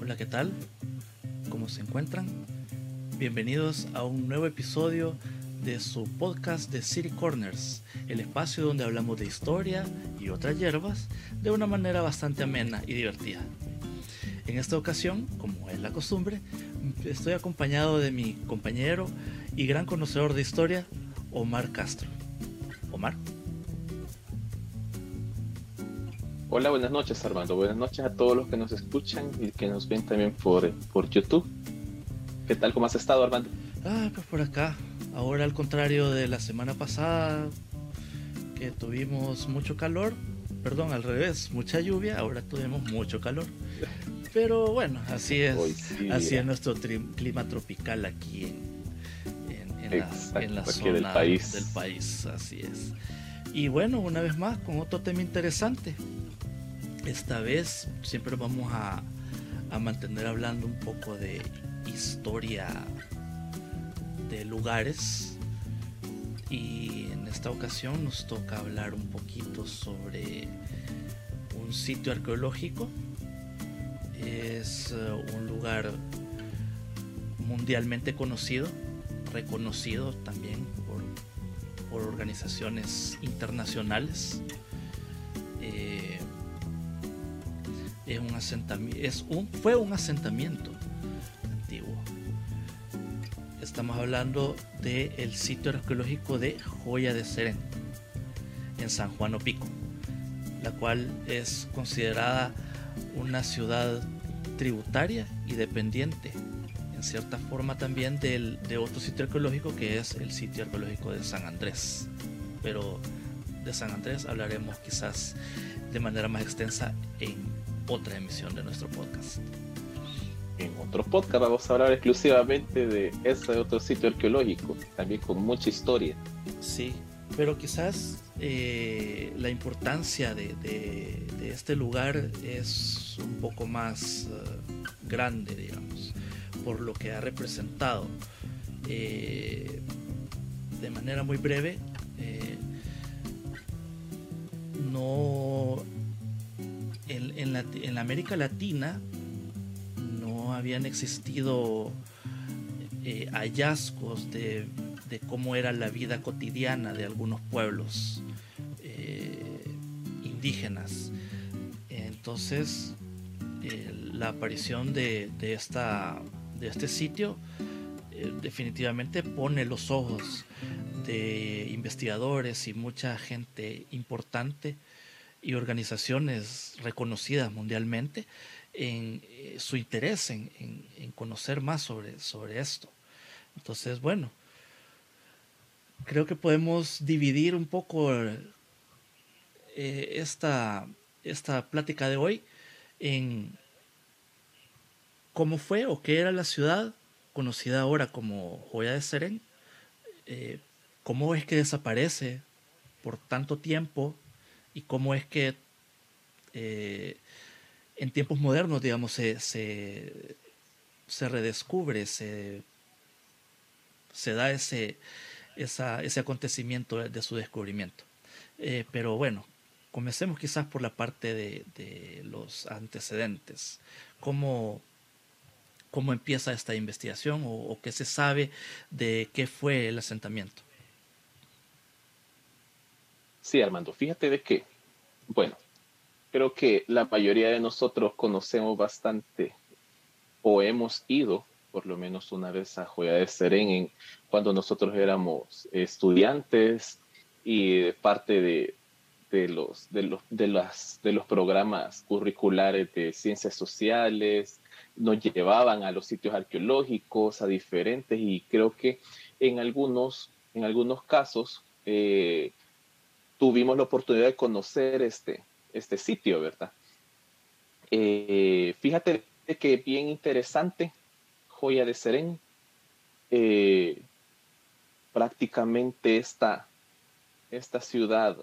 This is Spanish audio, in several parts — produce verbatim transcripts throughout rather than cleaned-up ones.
Hola, ¿qué tal? ¿Cómo se encuentran? Bienvenidos a un nuevo episodio de su podcast de City Corners, el espacio donde hablamos de historia y otras hierbas de una manera bastante amena y divertida. En esta ocasión, como es la costumbre, estoy acompañado de mi compañero y gran conocedor de historia, Omar Castro. Omar. Hola, buenas noches, Armando. Buenas noches a todos los que nos escuchan y que nos ven también por, por YouTube. ¿Qué tal? ¿Cómo has estado, Armando? Ah, pues por acá. Ahora, al contrario de la semana pasada, que tuvimos mucho calor, perdón, al revés, mucha lluvia, ahora tuvimos mucho calor. Pero bueno, así Hoy es, sí, así es mira, nuestro tri- clima tropical aquí en, en, en la, en la exacto, aquí del zona del país. país, así es. Y bueno, una vez más con otro tema interesante. Esta vez siempre vamos a, a mantener hablando un poco de historia de lugares, y en esta ocasión nos toca hablar un poquito sobre un sitio arqueológico. Es uh, un lugar mundialmente conocido, reconocido también por, por organizaciones internacionales. Eh, es un asentamiento, es un, fue un asentamiento antiguo. Estamos hablando del sitio arqueológico de Joya de Serén, en San Juan Opico, la cual es considerada una ciudad tributaria y dependiente en cierta forma también del, de otro sitio arqueológico, que es el sitio arqueológico de San Andrés. Pero de San Andrés hablaremos quizás de manera más extensa en otra emisión de nuestro podcast. En otro podcast vamos a hablar exclusivamente de ese otro sitio arqueológico, también con mucha historia. Sí, pero quizás eh, la importancia de, de, de este lugar es un poco más uh, grande, digamos, por lo que ha representado. Eh, de manera muy breve, eh, no en, en, la, en la América Latina no habían existido eh, hallazgos de, de cómo era la vida cotidiana de algunos pueblos eh, indígenas. Entonces, eh, la aparición de, de, esta, de este sitio eh, definitivamente pone los ojos de investigadores y mucha gente importante y organizaciones reconocidas mundialmente en eh, su interés en, en, en conocer más sobre, sobre esto. Entonces, bueno, creo que podemos dividir un poco eh, esta, esta plática de hoy en cómo fue o qué era la ciudad conocida ahora como Joya de Serén, eh, cómo es que desaparece por tanto tiempo y cómo es que eh, en tiempos modernos, digamos, se, se, se redescubre, se, se da ese, esa, ese acontecimiento de, de su descubrimiento. Eh, pero bueno, comencemos quizás por la parte de, de los antecedentes. ¿Cómo, ¿Cómo empieza esta investigación o, o qué se sabe de qué fue el asentamiento? Sí, Armando, fíjate de que, bueno, creo que la mayoría de nosotros conocemos bastante o hemos ido por lo menos una vez a Joya de Serén en, cuando nosotros éramos estudiantes y parte de, de, los, de, los, de, las, de los programas curriculares de ciencias sociales, nos llevaban a los sitios arqueológicos, a diferentes, y creo que en algunos, en algunos casos eh, tuvimos la oportunidad de conocer este, este sitio, ¿verdad? Eh, fíjate que bien interesante, Joya de Serén, eh, prácticamente esta, esta ciudad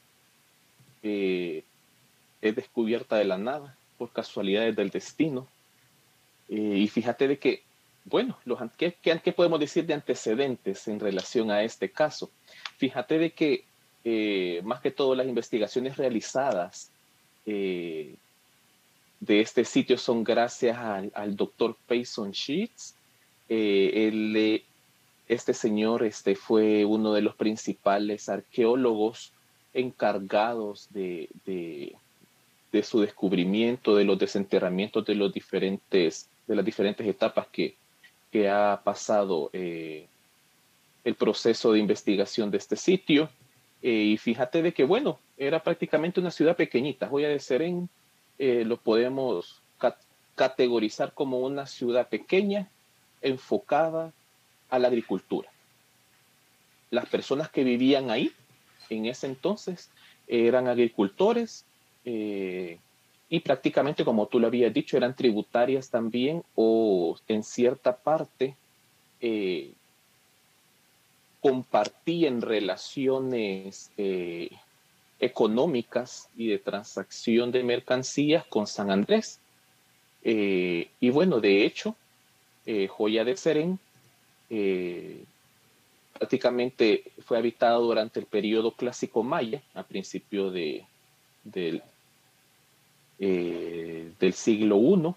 eh, es descubierta de la nada por casualidades del destino. Eh, y fíjate de que, bueno, los, ¿qué, qué, qué podemos decir de antecedentes en relación a este caso? Fíjate de que eh, más que todo las investigaciones realizadas eh, de este sitio son gracias al, al doctor Payson Sheets. Eh, él, eh, este señor este, fue uno de los principales arqueólogos encargados de, de, de su descubrimiento, de los desenterramientos de, los diferentes, de las diferentes etapas que, que ha pasado eh, el proceso de investigación de este sitio. Eh, y fíjate de que, bueno, era prácticamente una ciudad pequeñita. Joya de Serén eh, lo podemos cat categorizar como una ciudad pequeña enfocada a la agricultura. Las personas que vivían ahí en ese entonces eran agricultores eh, y prácticamente, como tú lo habías dicho, eran tributarias también o en cierta parte eh, compartían relaciones eh, económicas y de transacción de mercancías con San Andrés. Eh, y bueno, de hecho, eh, Joya de Serén eh, prácticamente fue habitado durante el periodo clásico maya, a principio de, del, eh, del siglo primero.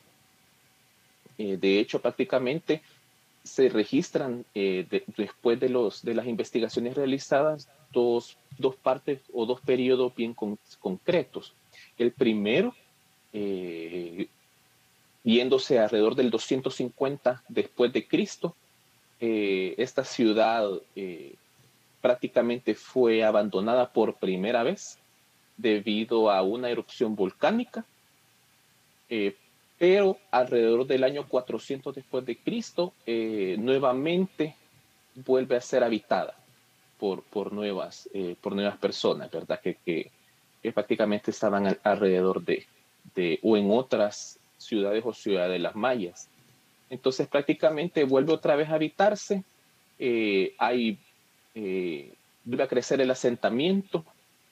Eh, de hecho, prácticamente se registran eh, de, después de, los, de las investigaciones realizadas dos, dos partes o dos periodos bien con, concretos. El primero, eh, yéndose alrededor del doscientos cincuenta después de Cristo, eh, esta ciudad eh, prácticamente fue abandonada por primera vez debido a una erupción volcánica, eh, pero alrededor del año cuatrocientos después de Cristo, eh, nuevamente vuelve a ser habitada por, por, nuevas, eh, por nuevas personas, ¿verdad? Que, que, que prácticamente estaban al, alrededor de, de, o en otras ciudades o ciudades de las mayas. Entonces prácticamente vuelve otra vez a habitarse, eh, hay, eh, vuelve a crecer el asentamiento,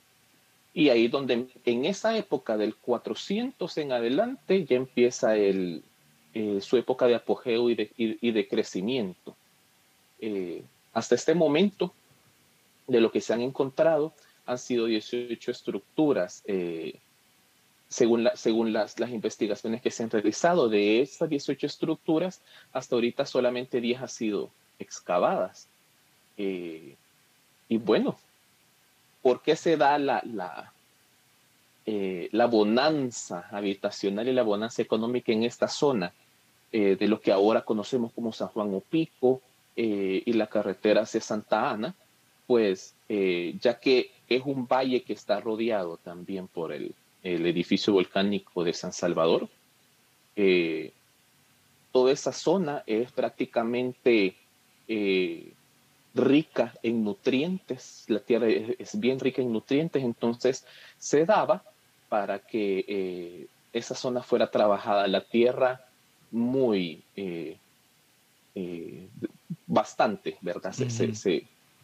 y ahí donde en esa época del cuatrocientos en adelante ya empieza el, eh, su época de apogeo y de, y, y de crecimiento. Eh, hasta este momento, de lo que se han encontrado, han sido dieciocho estructuras, eh, según, la, según las, las investigaciones que se han realizado. De estas dieciocho estructuras, hasta ahorita solamente diez han sido excavadas. Eh, y bueno, ¿por qué se da la, la, eh, la bonanza habitacional y la bonanza económica en esta zona? Eh, de lo que ahora conocemos como San Juan Opico eh, y la carretera hacia Santa Ana, pues eh, ya que es un valle que está rodeado también por el, el edificio volcánico de San Salvador, eh, toda esa zona es prácticamente eh, rica en nutrientes, la tierra es, es, bien rica en nutrientes, entonces se daba para que eh, esa zona fuera trabajada, la tierra muy, eh, eh, bastante, ¿verdad? Se, se, Ujú. se,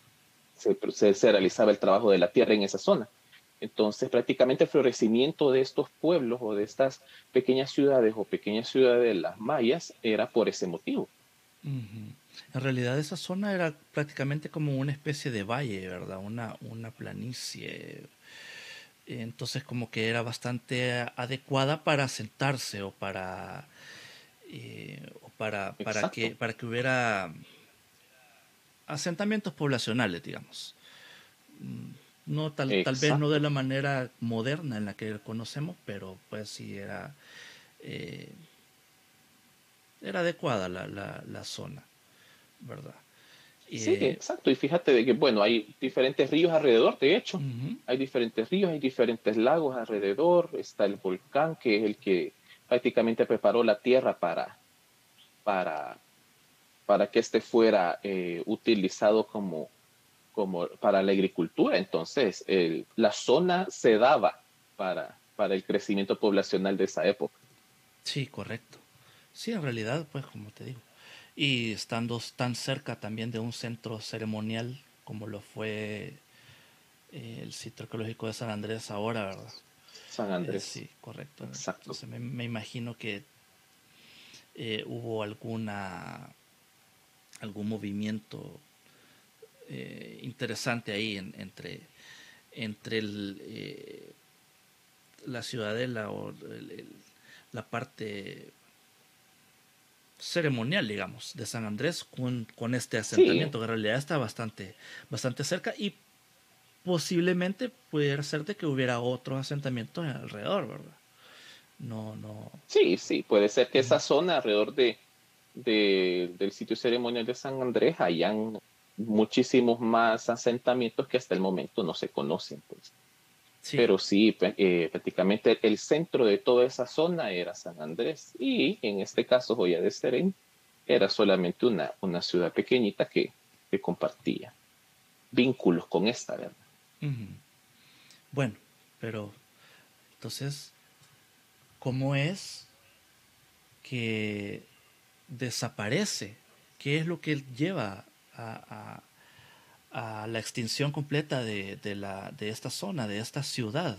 se, se realizaba el trabajo de la tierra en esa zona. Entonces, prácticamente el florecimiento de estos pueblos o de estas pequeñas ciudades o pequeñas ciudades de las mayas era por ese motivo. Ujú. En realidad esa zona era prácticamente como una especie de valle, ¿verdad? Una, una planicie. Entonces como que era bastante adecuada para sentarse o para, eh, o para, para, que, Exacto, para que hubiera asentamientos poblacionales, digamos. No tal, tal vez no de exacto. la manera moderna en la que conocemos, pero pues sí era, eh, era adecuada la, la, la zona, ¿verdad? Sí, Eh, exacto. Y fíjate de que, bueno, hay diferentes ríos alrededor, de hecho. uh-huh. Hay diferentes ríos, hay diferentes lagos alrededor. Está el volcán, que es el que prácticamente preparó la tierra para, para, para que éste fuera eh, utilizado como, como para la agricultura. Entonces, el, la zona se daba para, para el crecimiento poblacional de esa época. Sí, correcto. Sí, en realidad, pues como te digo. Y estando tan cerca también de un centro ceremonial como lo fue eh, el sitio arqueológico de San Andrés ahora, ¿verdad? San Eh, Andrés, sí, correcto. exacto. Entonces me, me imagino que eh, hubo alguna algún movimiento eh, interesante ahí en, entre entre el, eh, la ciudadela o el, el, la parte ceremonial, digamos, de San Andrés con, con este Sí, asentamiento, que en realidad está bastante, bastante cerca y posiblemente pudiera ser de que hubiera otros asentamientos alrededor, ¿verdad? No, no. sí, sí, puede ser que Ujú. esa zona alrededor de, de- del sitio ceremonial de San Andrés hayan muchísimos más asentamientos que hasta el momento no se conocen, pues. Sí. Pero sí, pe- eh, prácticamente el centro de toda esa zona era San Andrés y en este caso Joya de Serén era solamente una, una ciudad pequeñita que, que compartía vínculos con esta, ¿verdad? Ujú. Bueno, pero entonces, ¿cómo es que desaparece? ¿Qué es lo que lleva a, a- a la extinción completa de, de la, de esta zona, de esta ciudad?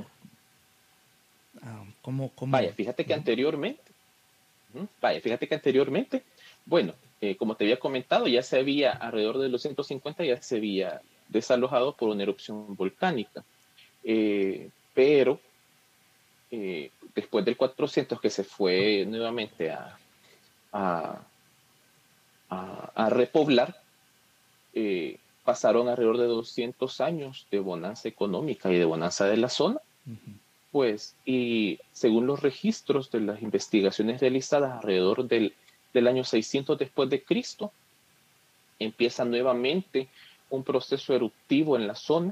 Ah, ¿cómo, cómo? Vaya, fíjate que Ujú, anteriormente, ujú, vaya, fíjate que anteriormente, bueno, eh, como te había comentado, ya se había, alrededor de los ciento cincuenta ya se había desalojado por una erupción volcánica. Eh, pero eh, después del cuatrocientos que se fue nuevamente a, a, a, a repoblar, eh, pasaron alrededor de doscientos años de bonanza económica y de bonanza de la zona, ujú, pues, y según los registros de las investigaciones realizadas alrededor del, del año seiscientos después de Cristo, empieza nuevamente un proceso eruptivo en la zona,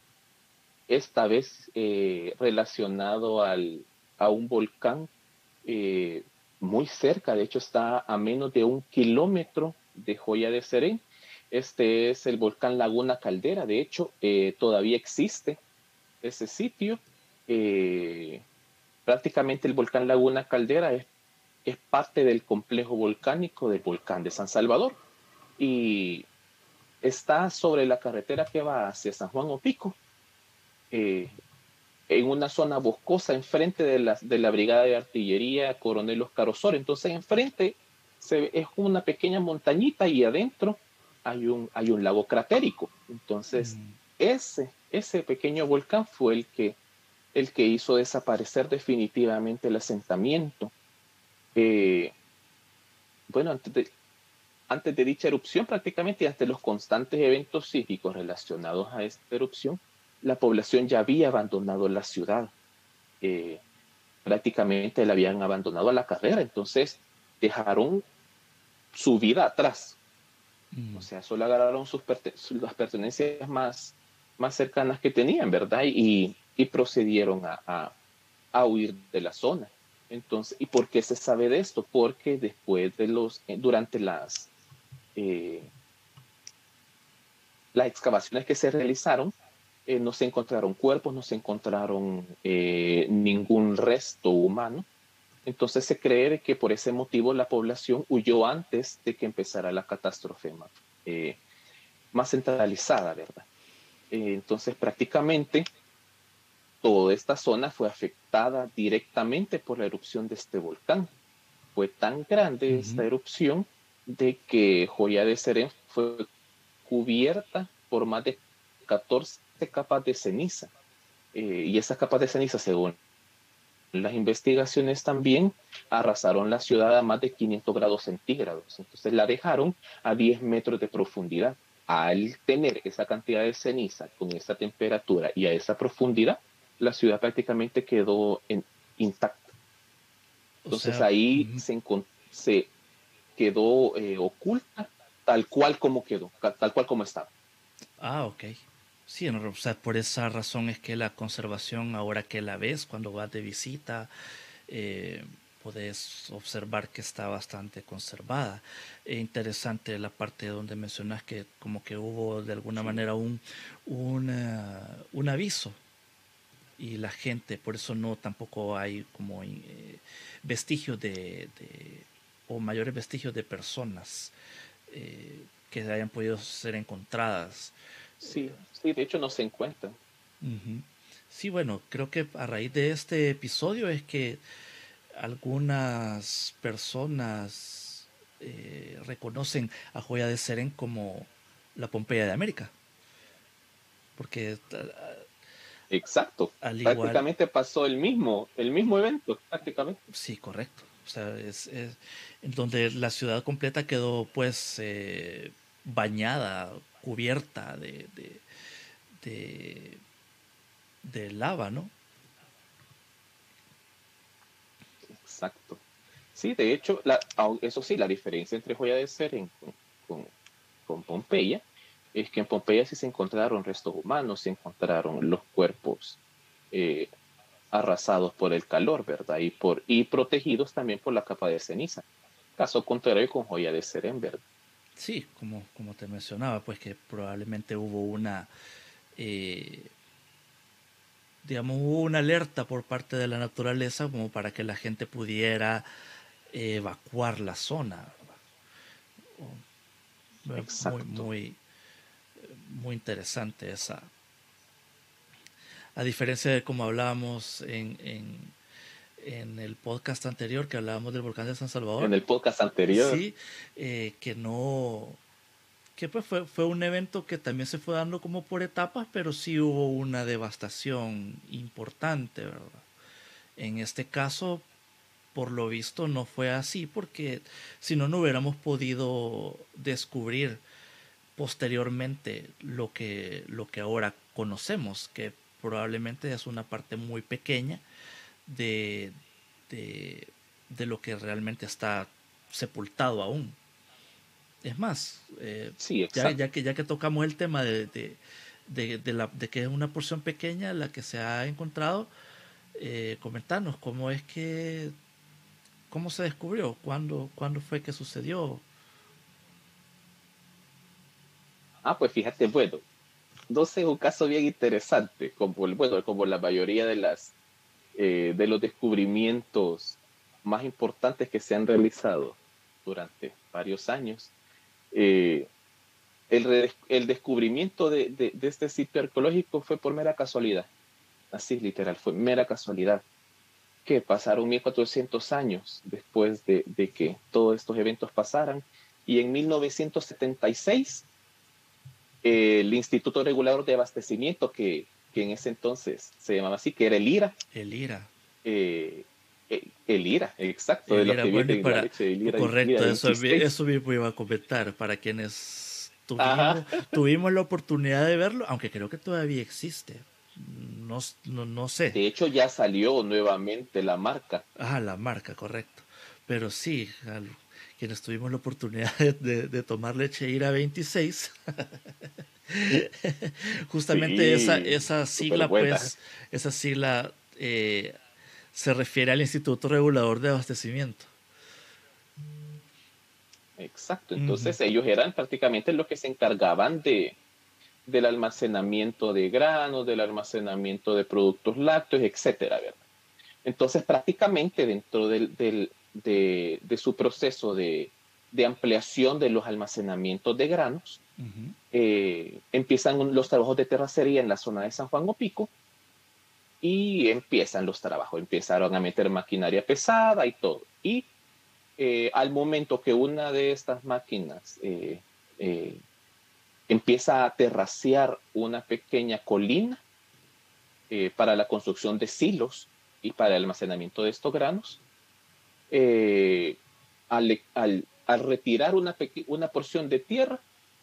esta vez eh, relacionado al, a un volcán eh, muy cerca, de hecho está a menos de un kilómetro de Joya de Serén. Este es el volcán Laguna Caldera, de hecho eh, todavía existe ese sitio. Eh, prácticamente el volcán Laguna Caldera es, es parte del complejo volcánico del volcán de San Salvador y está sobre la carretera que va hacia San Juan Opico. Eh, en una zona boscosa enfrente de la, de la Brigada de Artillería Coronel Oscar Osorio. Entonces, enfrente se ve, es una pequeña montañita y adentro hay un, hay un lago cratérico. Entonces, mm, ese, ese pequeño volcán fue el que, el que hizo desaparecer definitivamente el asentamiento. Eh, bueno, antes de, antes de dicha erupción, prácticamente y ante los constantes eventos sísmicos relacionados a esta erupción, la población ya había abandonado la ciudad. Eh, prácticamente la habían abandonado a la carrera, entonces dejaron su vida atrás, o mm. sea, solo agarraron sus perte las pertenencias más, más cercanas que tenían, ¿verdad? Y, y procedieron a, a, a, huir de la zona. Entonces, ¿y por qué se sabe de esto? Porque después de los, eh, durante las, eh, las excavaciones que se realizaron, eh, no se encontraron cuerpos, no se encontraron eh, ningún resto humano. Entonces se cree de que por ese motivo la población huyó antes de que empezara la catástrofe más, eh, más centralizada, ¿verdad? Eh, entonces prácticamente toda esta zona fue afectada directamente por la erupción de este volcán. Fue tan grande esta Ujú. erupción de que Joya de Serén fue cubierta por más de catorce capas de ceniza. Eh, y esas capas de ceniza, según las investigaciones también arrasaron la ciudad a más de quinientos grados centígrados. Entonces la dejaron a diez metros de profundidad. Al tener esa cantidad de ceniza con esa temperatura y a esa profundidad, la ciudad prácticamente quedó en, intacta. O Entonces sea, ahí ujú. se, se quedó eh, oculta tal cual como quedó, tal cual como estaba. Ah, ok. Sí, en- o sea, por esa razón es que la conservación, ahora que la ves, cuando vas de visita, eh, podés observar que está bastante conservada. E interesante la parte donde mencionas que como que hubo de alguna Sí, manera un, un, eh, un aviso y la gente, por eso no tampoco hay como eh, vestigios de, de- o mayores vestigios de personas eh, que hayan podido ser encontradas. sí, sí, de hecho no se encuentran. Ujú. Sí, bueno, creo que a raíz de este episodio es que algunas personas eh, reconocen a Joya de Serén como la Pompeya de América, porque exacto. Al igual, Prácticamente pasó el mismo, el mismo evento, prácticamente. sí, correcto. O sea, es, es en donde la ciudad completa quedó pues eh, bañada, cubierta de, de, de, de lava, ¿no? Exacto. Sí, de hecho, la, au- eso sí, la diferencia entre Joya de Seren con, con, con Pompeya es que en Pompeya sí se encontraron restos humanos, se encontraron los cuerpos eh, arrasados por el calor, ¿verdad? Y, por, y protegidos también por la capa de ceniza. Caso contrario con Joya de Seren, ¿verdad? Sí, como, como te mencionaba, pues que probablemente hubo una, eh, digamos, hubo una alerta por parte de la naturaleza como para que la gente pudiera eh, evacuar la zona, ¿verdad? Muy, Exacto. muy, muy interesante esa. A diferencia de como hablábamos en, en, en el podcast anterior que hablábamos del volcán de San Salvador, En el podcast anterior, sí, eh, que no, que pues fue, fue un evento que también se fue dando como por etapas, pero sí hubo una devastación importante, ¿verdad? En este caso, por lo visto, no fue así, porque si no, no hubiéramos podido descubrir posteriormente lo que, lo que ahora conocemos, que probablemente es una parte muy pequeña de, de, de lo que realmente está sepultado aún. Es más, eh, sí, ya, exacto. ya, que, ya que tocamos el tema de, de, de, de, la, de que es una porción pequeña la que se ha encontrado, eh, comentarnos cómo es que, cómo se descubrió, cuándo, cuándo fue que sucedió. Ah, pues fíjate, bueno, no sé, un caso bien interesante, como, el- bueno, como la mayoría de las eh, de los descubrimientos más importantes que se han realizado durante varios años. Eh, el, re- el descubrimiento de, de, de este sitio arqueológico fue por mera casualidad, así literal, fue mera casualidad, que pasaron mil cuatrocientos años después de, de que todos estos eventos pasaran, y en mil novecientos setenta y seis eh, el Instituto Regulador de Abastecimiento, que, que en ese entonces se llamaba así, que era el IRA, El IRA. eh, eh, el IRA, exacto, de El los IRA, que bueno, y vienen la para, leche del IRA, IRA correcto, eso, veintiséis. eso mismo iba a comentar, para quienes Ajá. tuvimos, tuvimos la oportunidad de verlo, aunque creo que todavía existe, no, no, no sé. De hecho, ya salió nuevamente la marca. Ah, la marca, correcto. Pero sí, al- quienes tuvimos la oportunidad de, de- de tomar leche IRA veintiséis, justamente esa, Sí, esa súper sigla, buena. pues, esa sigla eh, se refiere al Instituto Regulador de Abastecimiento. Exacto. Ujú, Entonces, ellos eran prácticamente los que se encargaban de, del almacenamiento de granos, del almacenamiento de productos lácteos, etcétera, ¿verdad? Entonces, prácticamente dentro del, del, de, de, su proceso de, de ampliación de los almacenamientos de granos, ujú. eh, empiezan los trabajos de terracería en la zona de San Juan Opico y empiezan los trabajos. Empezaron a meter maquinaria pesada y todo. Y eh, al momento que una de estas máquinas eh, eh, empieza a terracear una pequeña colina eh, para la construcción de silos y para el almacenamiento de estos granos, eh, al, al, al, retirar una, una porción de tierra,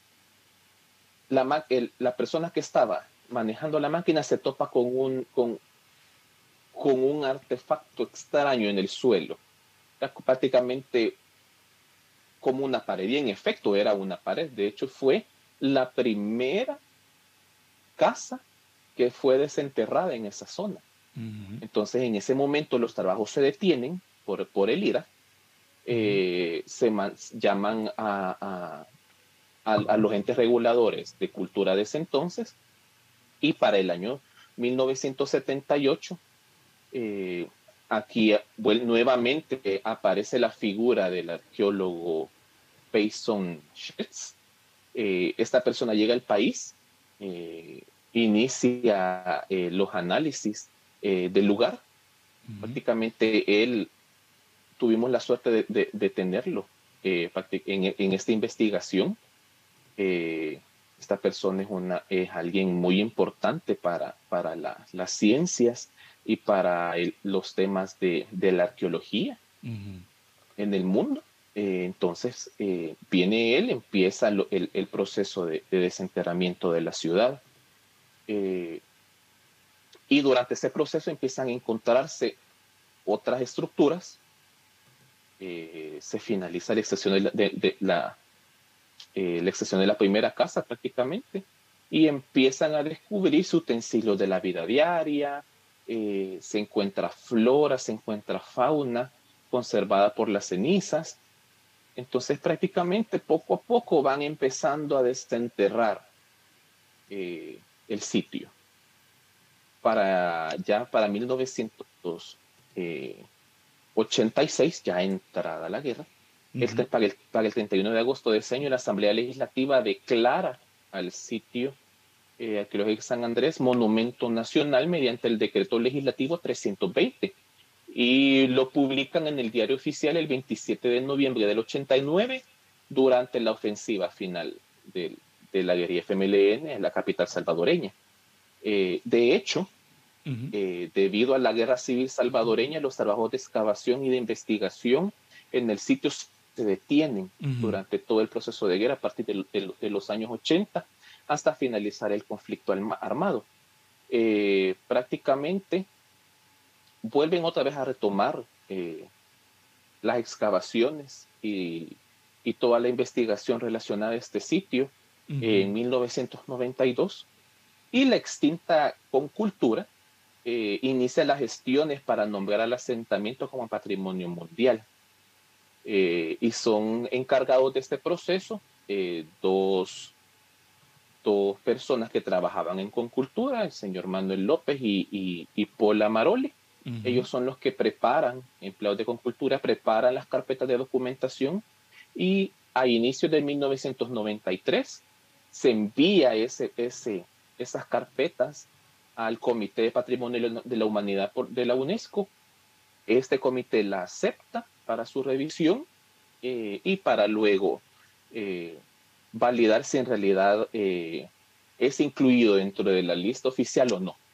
la, el, la persona que estaba manejando la máquina se topa con un, con, con un artefacto extraño en el suelo, prácticamente como una pared, y en efecto era una pared. De hecho, fue la primera casa que fue desenterrada en esa zona. Ujú, Entonces, en ese momento los trabajos se detienen por, por el IRA, ujú, eh, se man, llaman a, a, a, a los entes reguladores de cultura de ese entonces, y para el año mil novecientos setenta y ocho, eh, aquí bueno, nuevamente eh, aparece la figura del arqueólogo Payson Schutz. Eh, esta persona llega al país, eh, inicia eh, los análisis eh, del lugar. ujú. Prácticamente él, tuvimos la suerte de, de, de tenerlo eh, en, en, esta investigación. Eh, esta persona es, una, es alguien muy importante para, para la, las ciencias y para el, los temas de, de la arqueología Ujú. en el mundo. Eh, entonces eh, viene él, empieza lo, el, el, proceso de, de, desenterramiento de la ciudad. Eh, y durante ese proceso empiezan a encontrarse otras estructuras. Eh, se finaliza la excepción de la, de, de la, eh, la excepción de la primera casa prácticamente, y empiezan a descubrirse utensilios de la vida diaria, eh, se encuentra flora, se encuentra fauna conservada por las cenizas. Entonces prácticamente poco a poco van empezando a desenterrar eh, el sitio. Para ya para mil novecientos ochenta y seis, ya entrada la guerra, el, Ujú. para, el, para, el, treinta y uno de agosto de ese año, la Asamblea Legislativa declara al sitio eh, arqueológico de San Andrés monumento nacional mediante el decreto legislativo trescientos veinte, y lo publican en el diario oficial el veintisiete de noviembre del ochenta y nueve, durante la ofensiva final de, de la guerrilla F M L N en la capital salvadoreña. Eh, de hecho, Uh-huh. eh, debido a la guerra civil salvadoreña, los trabajos de excavación y de investigación en el sitio se detienen Uh-huh. durante todo el proceso de guerra a partir de, de, de los años ochenta hasta finalizar el conflicto armado. Eh, prácticamente vuelven otra vez a retomar eh, las excavaciones y, y, toda la investigación relacionada a este sitio Uh-huh. eh, en mil novecientos noventa y dos, y la extinta Concultura eh, inicia las gestiones para nombrar al asentamiento como patrimonio mundial. Eh, y son encargados de este proceso eh, dos, dos personas que trabajaban en Concultura, el señor Manuel López y, y, y Paula Maroli. Uh-huh. Ellos son los que preparan, empleados de Concultura, preparan las carpetas de documentación, y a inicios de mil novecientos noventa y tres se envía ese, ese, esas carpetas al Comité de Patrimonio de la Humanidad de la UNESCO. Este comité la acepta para su revisión eh, y para luego eh, validar si en realidad eh, es incluido dentro de la lista oficial o no.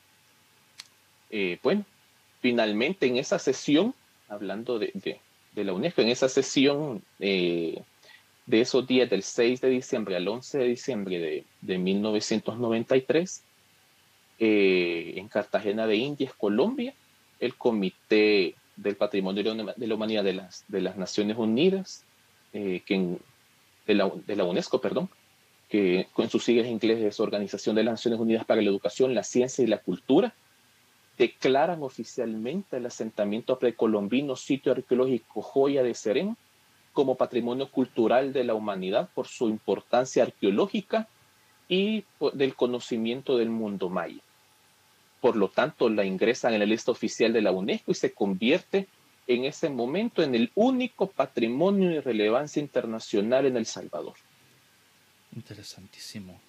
Eh, bueno, finalmente en esa sesión, hablando de, de, de la UNESCO, en esa sesión eh, de esos días del seis de diciembre al once de diciembre de, de mil novecientos noventa y tres, eh, en Cartagena de Indias, Colombia, el Comité del Patrimonio de la Humanidad de las, de las Naciones Unidas, eh, que en, de, la, de la UNESCO, perdón, que con sus siglas inglesas es Organización de las Naciones Unidas para la Educación, la Ciencia y la Cultura, declaran oficialmente el asentamiento precolombino sitio arqueológico Joya de Serén como patrimonio cultural de la humanidad por su importancia arqueológica y del conocimiento del mundo maya. Por lo tanto, la ingresan en la lista oficial de la UNESCO y se convierte en ese momento en el único patrimonio de relevancia internacional en El Salvador. Interesantísimo.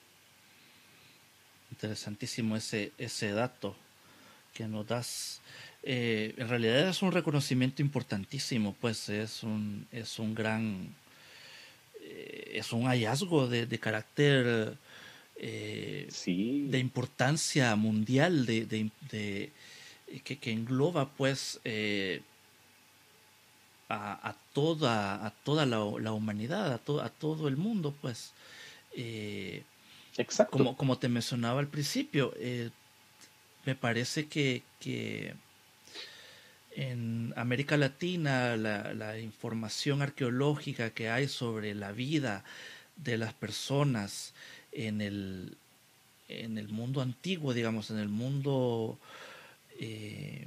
Interesantísimo ese, ese dato que nos das. Eh, en realidad es un reconocimiento importantísimo, pues es un, es un gran, eh, es un hallazgo de, de carácter, eh, sí. de importancia mundial, de, de, de que, que, engloba pues eh, a, a toda, a toda la, la humanidad, a, to, a todo el mundo, pues. Eh, Exacto. Como, como te mencionaba al principio, eh, me parece que, que en América Latina la, la información arqueológica que hay sobre la vida de las personas en el, en el mundo antiguo, digamos, en el mundo eh,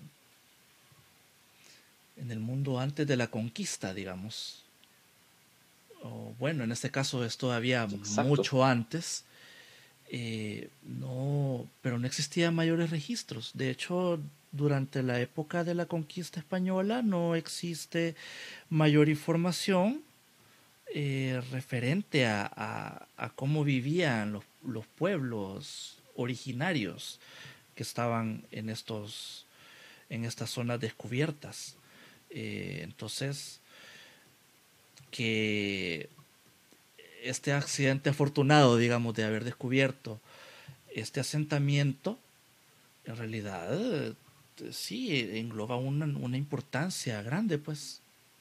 en el mundo antes de la conquista, digamos, o bueno, en este caso es todavía Exacto. mucho antes. Eh, no, pero no existían mayores registros. De hecho, durante la época de la conquista española no existe mayor información eh, referente a, a, a, cómo vivían los, los pueblos originarios que estaban en estos en estas zonas descubiertas. Eh, entonces, que este accidente afortunado, digamos, de haber descubierto este asentamiento, en realidad eh, sí engloba una, una importancia grande, pues.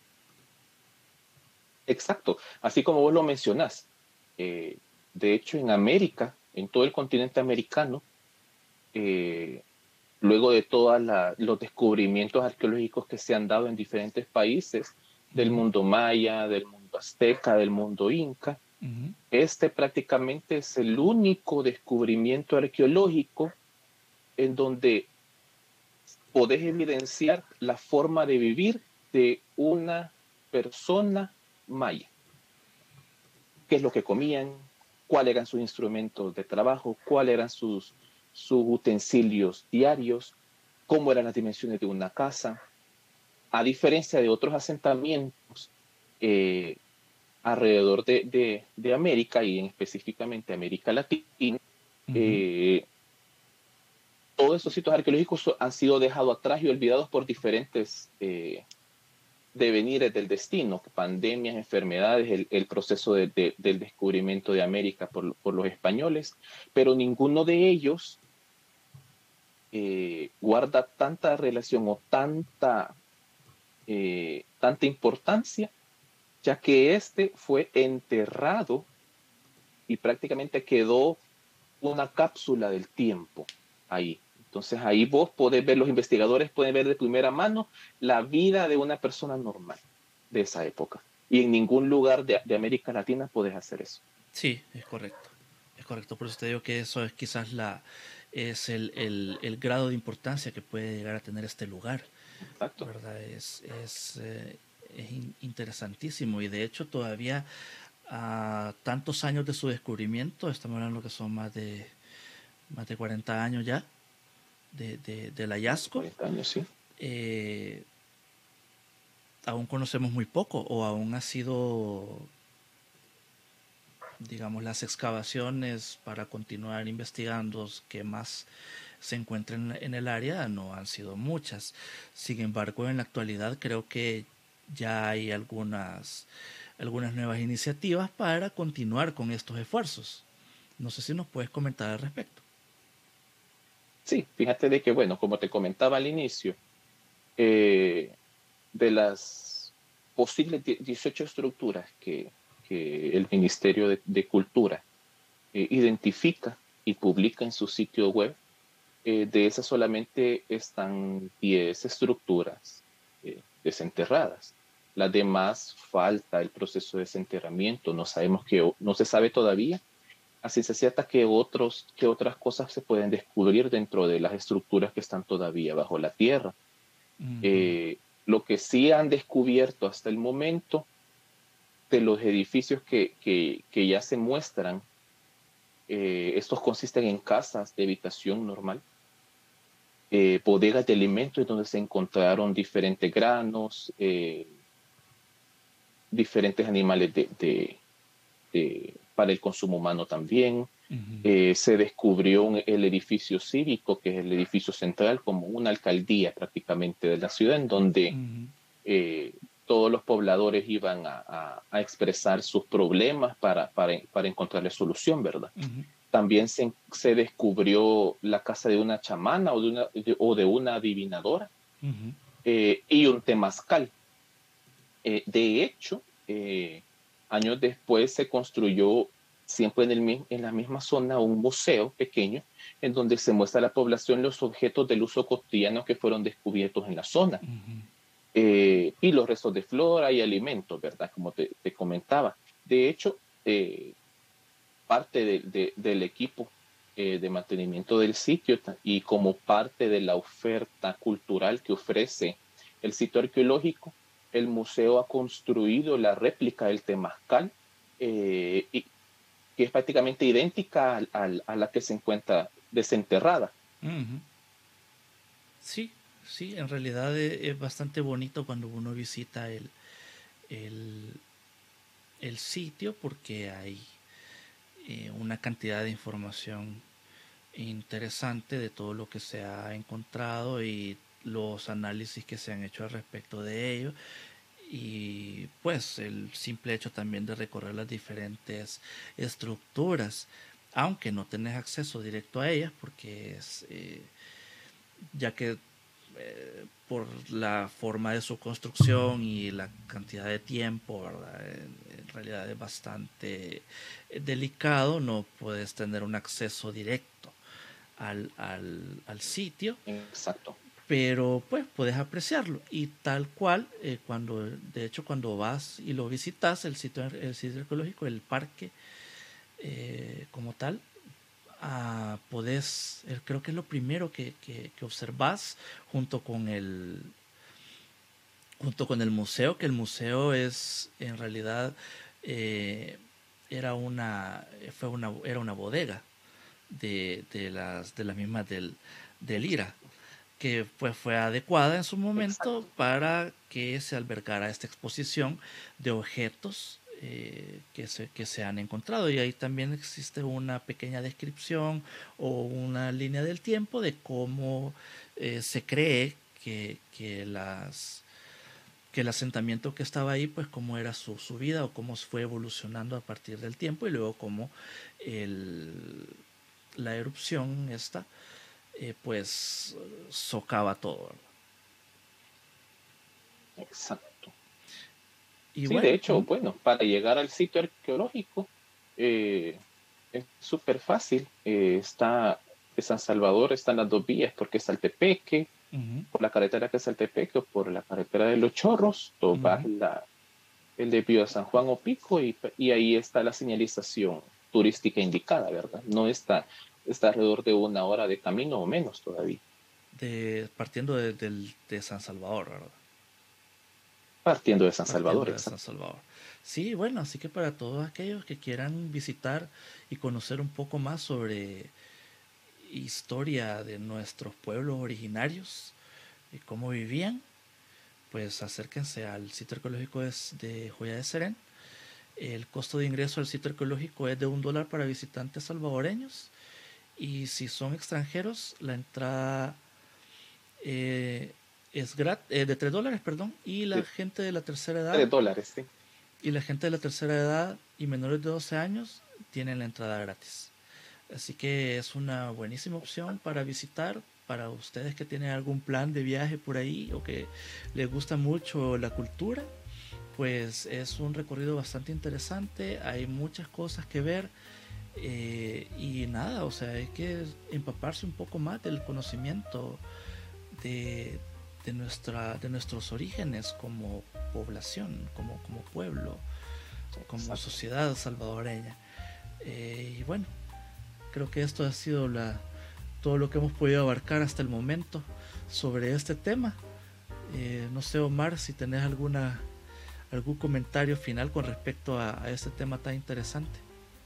Exacto, así como vos lo mencionás. Eh, de hecho, en América, en todo el continente americano, eh, luego de todos los descubrimientos arqueológicos que se han dado en diferentes países del Ujú, mundo maya, del mundo azteca, del mundo inca, ujú, este prácticamente es el único descubrimiento arqueológico en donde podés evidenciar la forma de vivir de una persona maya. ¿Qué es lo que comían? ¿Cuáles eran sus instrumentos de trabajo? ¿Cuáles eran sus, sus utensilios diarios? ¿Cómo eran las dimensiones de una casa? A diferencia de otros asentamientos eh, alrededor de, de, de, América y en específicamente América Latina, ujú. eh, todos esos sitios arqueológicos han sido dejados atrás y olvidados por diferentes eh, devenires del destino, pandemias, enfermedades, el, el proceso de, de, del descubrimiento de América por, por, los españoles, pero ninguno de ellos eh, guarda tanta relación o tanta, eh, tanta importancia, ya que este fue enterrado y prácticamente quedó una cápsula del tiempo ahí. Entonces ahí vos podés ver, los investigadores pueden ver de primera mano la vida de una persona normal de esa época. Y en ningún lugar de, de América Latina podés hacer eso. Sí, es correcto. Es correcto, por eso te digo que eso es quizás la es el, el, el grado de importancia que puede llegar a tener este lugar, Exacto. ¿verdad? Es, es, eh, es in- interesantísimo y de hecho todavía a tantos años de su descubrimiento, estamos hablando que son más de más de cuarenta años ya de, de- del Más de hallazgo, cuarenta años, sí. eh, aún conocemos muy poco o aún ha sido, digamos, las excavaciones para continuar investigando que más se encuentren en el área no han sido muchas. Sin embargo, en la actualidad creo que ya hay algunas, algunas nuevas iniciativas para continuar con estos esfuerzos. No sé si nos puedes comentar al respecto. Sí, fíjate de que, bueno, como te comentaba al inicio, eh, de las posibles dieciocho estructuras que, que el Ministerio de, de Cultura eh, identifica y publica en su sitio web, eh, de esas solamente están diez estructuras eh, desenterradas. Las demás falta el proceso de desenterramiento. No sabemos que, no se sabe todavía así se cierta que otros, que otras cosas se pueden descubrir dentro de las estructuras que están todavía bajo la tierra. Ujú, Eh, lo que sí han descubierto hasta el momento de los edificios que, que, que ya se muestran, eh, estos consisten en casas de habitación normal, eh, bodegas de alimentos donde se encontraron diferentes granos, eh, diferentes animales de, de, de, para el consumo humano también. ujú, Eh, se descubrió un, el edificio cívico, que es el edificio central, como una alcaldía prácticamente de la ciudad, en donde ujú, eh, todos los pobladores iban a, a, a expresar sus problemas para, para, para encontrarle solución, ¿verdad? ujú, También se, se descubrió la casa de una chamana o de una, de, o de una adivinadora ujú. eh, y un temazcal. Eh, de hecho, eh, años después se construyó siempre en, el, en la misma zona un museo pequeño en donde se muestra a la población los objetos del uso cotidiano que fueron descubiertos en la zona eh, y los restos de flora y alimentos, ¿verdad? Como te, te comentaba. De hecho, eh, parte de, de, del equipo eh, de mantenimiento del sitio y como parte de la oferta cultural que ofrece el sitio arqueológico, el museo ha construido la réplica del temazcal, eh, y, que es prácticamente idéntica a, a, a la que se encuentra desenterrada. Ujú. Sí, sí, en realidad e- es bastante bonito cuando uno visita el, el, el sitio porque hay eh, una cantidad de información interesante de todo lo que se ha encontrado y los análisis que se han hecho al respecto de ello. y pues el simple hecho también de recorrer las diferentes estructuras, aunque no tenés acceso directo a ellas, porque es, eh, ya que eh, por la forma de su construcción y la cantidad de tiempo, ¿verdad? En, en realidad es bastante eh, delicado, no puedes tener un acceso directo al, al, al sitio, Exacto. pero pues puedes apreciarlo y tal cual, eh, cuando de hecho cuando vas y lo visitas, el sitio, el sitio arqueológico, el parque eh, como tal, uh, podés, eh, creo que es lo primero que, que, que observas junto con el junto con el museo, que el museo es en realidad eh, era una fue una era una bodega de, de las de las mismas del del IRA, que pues fue adecuada en su momento Exacto. para que se albergara esta exposición de objetos eh, que, se, que se han encontrado, y ahí también existe una pequeña descripción o una línea del tiempo de cómo eh, se cree que, que las que el asentamiento que estaba ahí, pues cómo era su, su vida o cómo fue evolucionando a partir del tiempo, y luego cómo el, la erupción esta eh, pues socava todo. Exacto. Y Sí, de bueno, hecho, bueno, para llegar al sitio arqueológico eh, es súper fácil. Eh, está de San Salvador, están las dos vías, porque está el Tepeque, uh -huh, por la carretera que es el Tepeque, o por la carretera de los Chorros, uh tomas -huh. la, el desvío de San Juan o Pico, y, y ahí está la señalización turística indicada, ¿verdad? No está, está alrededor de una hora de camino o menos todavía. De, partiendo de, de, de San Salvador, ¿verdad? Partiendo de San Partiendo Salvador, de San exacto. Salvador. Sí, bueno, así que para todos aquellos que quieran visitar y conocer un poco más sobre historia de nuestros pueblos originarios y cómo vivían, pues acérquense al sitio arqueológico de Joya de Serén. El costo de ingreso al sitio arqueológico es de un dólar para visitantes salvadoreños, y si son extranjeros la entrada eh, es grat eh, de tres dólares, perdón, y la De gente de la tercera edad tres dólares, sí. y la gente de la tercera edad y menores de doce años tienen la entrada gratis. Así que es una buenísima opción para visitar para ustedes que tienen algún plan de viaje por ahí o que les gusta mucho la cultura. Pues es un recorrido bastante interesante, hay muchas cosas que ver, eh, y nada, o sea, hay que empaparse un poco más del conocimiento de, de, nuestra, de nuestros orígenes como población, como, como pueblo, como Exacto. sociedad salvadoreña. Eh, y bueno, creo que esto ha sido la, todo lo que hemos podido abarcar hasta el momento sobre este tema. Eh, no sé, Omar, si tenés alguna algún comentario final con respecto a, a este tema tan interesante.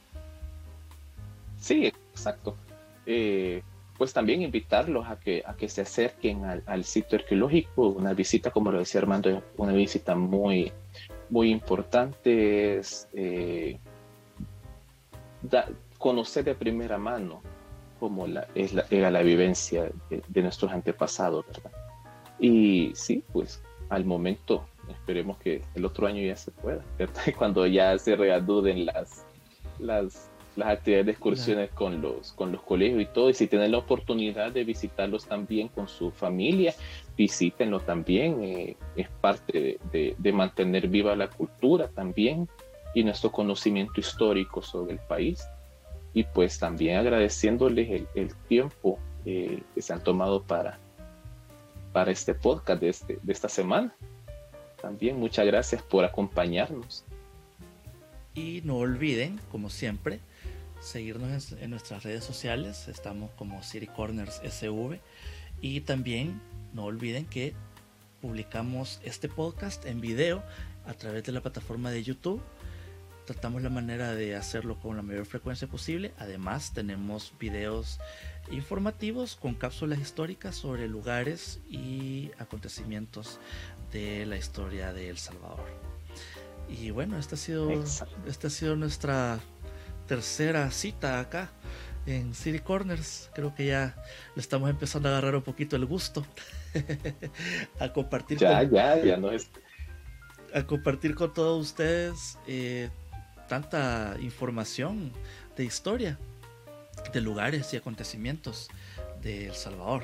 Sí, exacto. Eh, pues también invitarlos a que, a que se acerquen al, al sitio arqueológico. Una visita, como lo decía Armando, es una visita muy, muy importante. Es, eh, da, conocer de primera mano cómo la, es la, era la vivencia de, de nuestros antepasados, ¿verdad? Y sí, pues al momento esperemos que el otro año ya se pueda, ¿verdad? Cuando ya se reanuden las, las, las actividades de excursiones la... con, los, con los colegios y todo, y si tienen la oportunidad de visitarlos también con su familia, visítenlo también, eh, es parte de, de, de mantener viva la cultura también y nuestro conocimiento histórico sobre el país, y pues también agradeciéndoles el, el tiempo eh, que se han tomado para, para este podcast de, este, de esta semana. También muchas gracias por acompañarnos. Y no olviden, como siempre, seguirnos en, en nuestras redes sociales. Estamos como City Corners S V. Y también no olviden que publicamos este podcast en video a través de la plataforma de YouTube. Tratamos la manera de hacerlo con la mayor frecuencia posible. Además, tenemos videos informativos con cápsulas históricas sobre lugares y acontecimientos de la historia de El Salvador. Y bueno, esta ha sido, esta ha sido nuestra tercera cita acá en City Corners. Creo que ya le estamos empezando a agarrar un poquito el gusto a compartir ya, con, ya, ya no es a compartir con todos ustedes eh, tanta información de historia, de lugares y acontecimientos de El Salvador.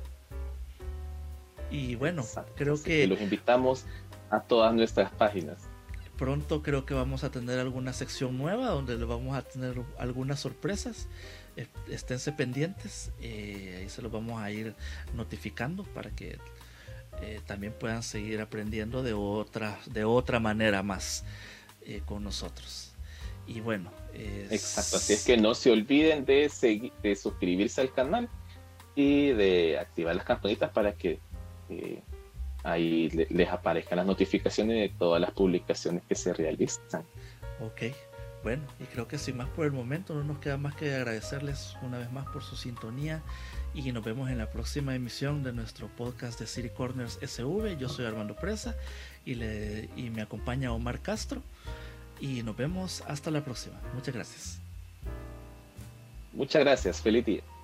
Y bueno, Exacto. creo Así que, que los invitamos a todas nuestras páginas. pronto creo que vamos a tener alguna sección nueva donde le vamos a tener algunas sorpresas. Esténse pendientes, eh, ahí se los vamos a ir notificando para que eh, también puedan seguir aprendiendo de otra, de otra manera más eh, con nosotros. Y bueno, es... Exacto, así es que no se olviden de, seguir, de suscribirse al canal y de activar las campanitas para que eh, ahí le, les aparezcan las notificaciones de todas las publicaciones que se realizan. Ok, bueno, y creo que sin más por el momento no nos queda más que agradecerles una vez más por su sintonía y nos vemos en la próxima emisión de nuestro podcast de City Corners S V. Yo soy Armando Presa y, le, y me acompaña Omar Castro y nos vemos hasta la próxima. Muchas gracias. Muchas gracias, feliz día.